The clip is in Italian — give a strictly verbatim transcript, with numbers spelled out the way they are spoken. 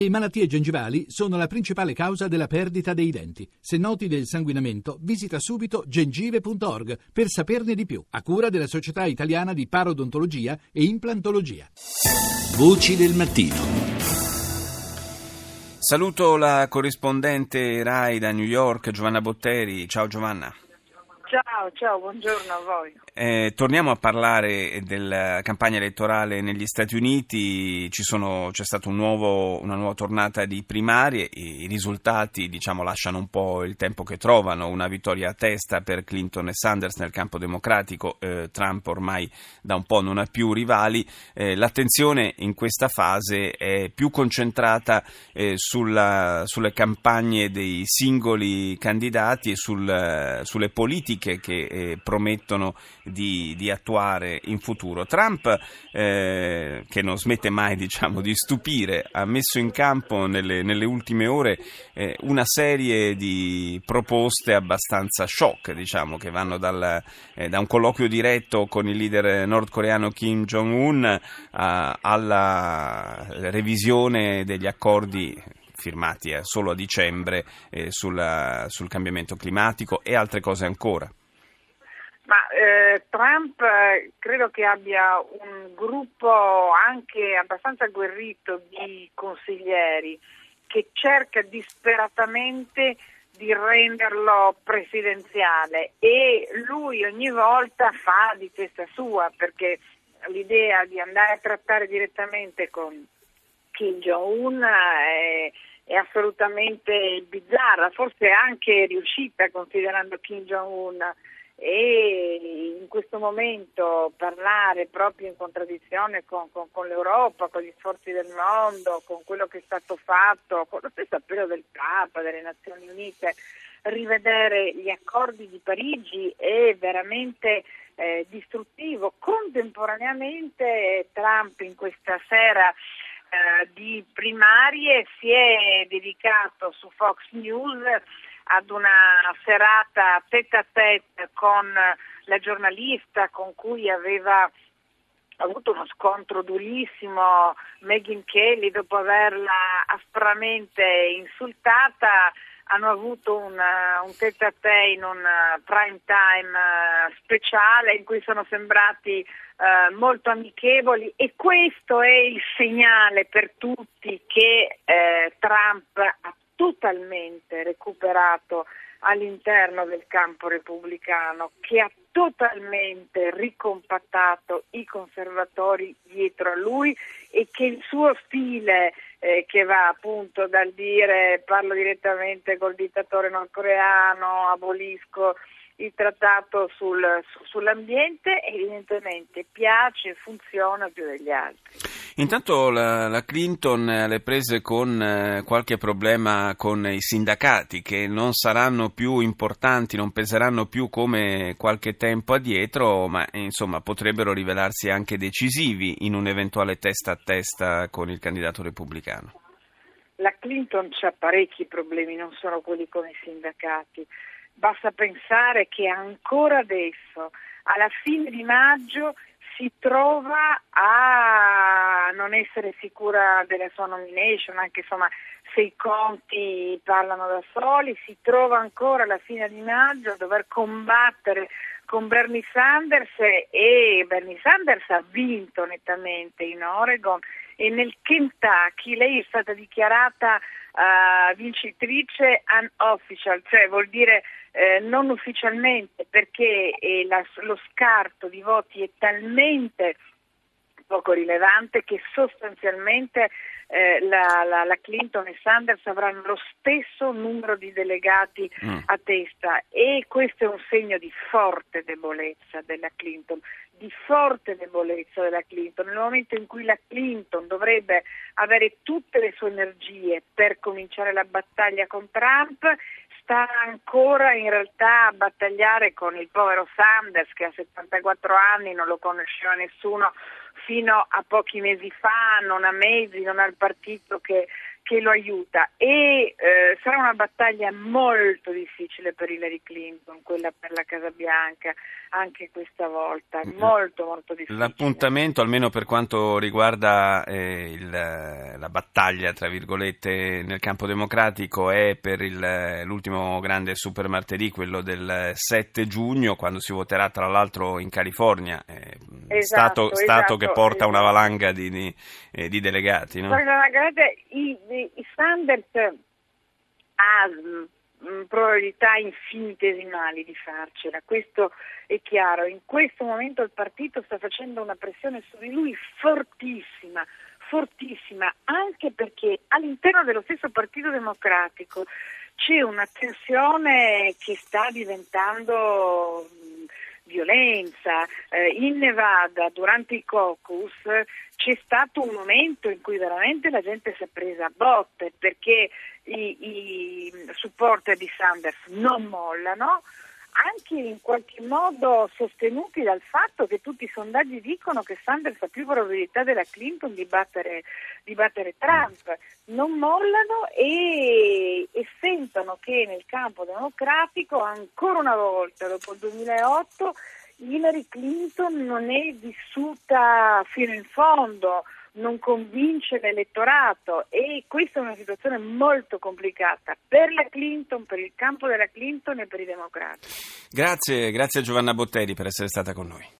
Le malattie gengivali sono la principale causa della perdita dei denti. Se noti del sanguinamento, visita subito gengive punto org per saperne di più, a cura della Società Italiana di Parodontologia e Implantologia. Voci del mattino. Saluto la corrispondente Rai da New York, Giovanna Botteri. Ciao Giovanna. Ciao, ciao, buongiorno a voi. Eh, torniamo a parlare della campagna elettorale negli Stati Uniti. Ci sono, c'è stata un nuovo, una nuova tornata di primarie. I, i risultati, diciamo, lasciano un po' il tempo che trovano. Una vittoria a testa per Clinton e Sanders nel campo democratico. Eh, Trump ormai da un po' non ha più rivali. Eh, l'attenzione in questa fase è più concentrata eh, sulla, sulle campagne dei singoli candidati e sul, sulle politiche che eh, promettono di, di attuare in futuro. Trump, eh, che non smette mai, diciamo, di stupire, ha messo in campo nelle, nelle ultime ore eh, una serie di proposte abbastanza shock, diciamo, che vanno dal, eh, da un colloquio diretto con il leader nordcoreano Kim Jong-un a, alla revisione degli accordi firmati eh, solo a dicembre eh, sulla, sul cambiamento climatico e altre cose ancora. Ma eh, Trump eh, credo che abbia un gruppo anche abbastanza agguerrito di consiglieri che cerca disperatamente di renderlo presidenziale, e lui ogni volta fa di testa sua, perché l'idea di andare a trattare direttamente con Kim Jong-un è è assolutamente bizzarra, forse anche riuscita considerando Kim Jong-un, e in questo momento parlare proprio in contraddizione con, con, con l'Europa, con gli sforzi del mondo, con quello che è stato fatto, con lo stesso appello del Papa, delle Nazioni Unite, rivedere gli accordi di Parigi è veramente eh, distruttivo. Contemporaneamente Trump in questa sera di primarie si è dedicato su Fox News ad una serata tête à tête con la giornalista con cui aveva avuto uno scontro durissimo, Megyn Kelly, dopo averla aspramente insultata. Hanno avuto un, un tête à tête in un prime time speciale in cui sono sembrati uh, molto amichevoli, e questo è il segnale per tutti che eh, Trump ha totalmente recuperato all'interno del campo repubblicano, che ha totalmente ricompattato i conservatori dietro a lui, e che il suo stile eh, che va appunto dal dire parlo direttamente col dittatore nordcoreano, abolisco il trattato sul, su, sull'ambiente, evidentemente piace e funziona più degli altri. Intanto la, la Clinton è alle prese con eh, qualche problema con i sindacati, che non saranno più importanti, non peseranno più come qualche tempo addietro, ma insomma potrebbero rivelarsi anche decisivi in un eventuale testa a testa con il candidato repubblicano. La Clinton ha parecchi problemi, non sono quelli con i sindacati. Basta pensare che ancora adesso, alla fine di maggio, si trova a non essere sicura della sua nomination, anche insomma se i conti parlano da soli, si trova ancora alla fine di maggio a dover combattere con Bernie Sanders, e Bernie Sanders ha vinto nettamente in Oregon, e nel Kentucky lei è stata dichiarata uh, vincitrice unofficial, cioè vuol dire eh, non ufficialmente, perché eh, la, lo scarto di voti è talmente poco rilevante che sostanzialmente eh, la, la, la Clinton e Sanders avranno lo stesso numero di delegati mm. a testa, e questo è un segno di forte debolezza della Clinton, di forte debolezza della Clinton. Nel momento in cui la Clinton dovrebbe avere tutte le sue energie per cominciare la battaglia con Trump, sta ancora in realtà a battagliare con il povero Sanders, che ha settantaquattro anni, non lo conosceva nessuno fino a pochi mesi fa, non ha mezzi, non ha il partito che, che lo aiuta e eh, sarà una battaglia molto difficile per Hillary Clinton, quella per la Casa Bianca, anche questa volta, molto molto difficile. L'appuntamento, almeno per quanto riguarda eh, il, la battaglia, tra virgolette, nel campo democratico, è per il, l'ultimo grande super martedì, quello del sette giugno, quando si voterà tra l'altro in California, eh, esatto, stato, stato esatto, che porta esatto. una valanga di, di, eh, di delegati. No? Guardate, i, i Sanders ha mh, probabilità infinitesimali di farcela, questo è chiaro. In questo momento il partito sta facendo una pressione su di lui fortissima, fortissima, anche perché all'interno dello stesso Partito Democratico c'è una tensione che sta diventando violenza. Eh, in Nevada, durante i caucus, c'è stato un momento in cui veramente la gente si è presa a botte, perché i, i supporter di Sanders non mollano, anche in qualche modo sostenuti dal fatto che tutti i sondaggi dicono che Sanders ha più probabilità della Clinton di battere, di battere Trump. Non mollano e, e sentono che nel campo democratico ancora una volta dopo il duemilaotto Hillary Clinton non è vissuta fino in fondo, non convince l'elettorato e questa è una situazione molto complicata per la Clinton, per il campo della Clinton e per i democratici. Grazie, grazie a Giovanna Botteri per essere stata con noi.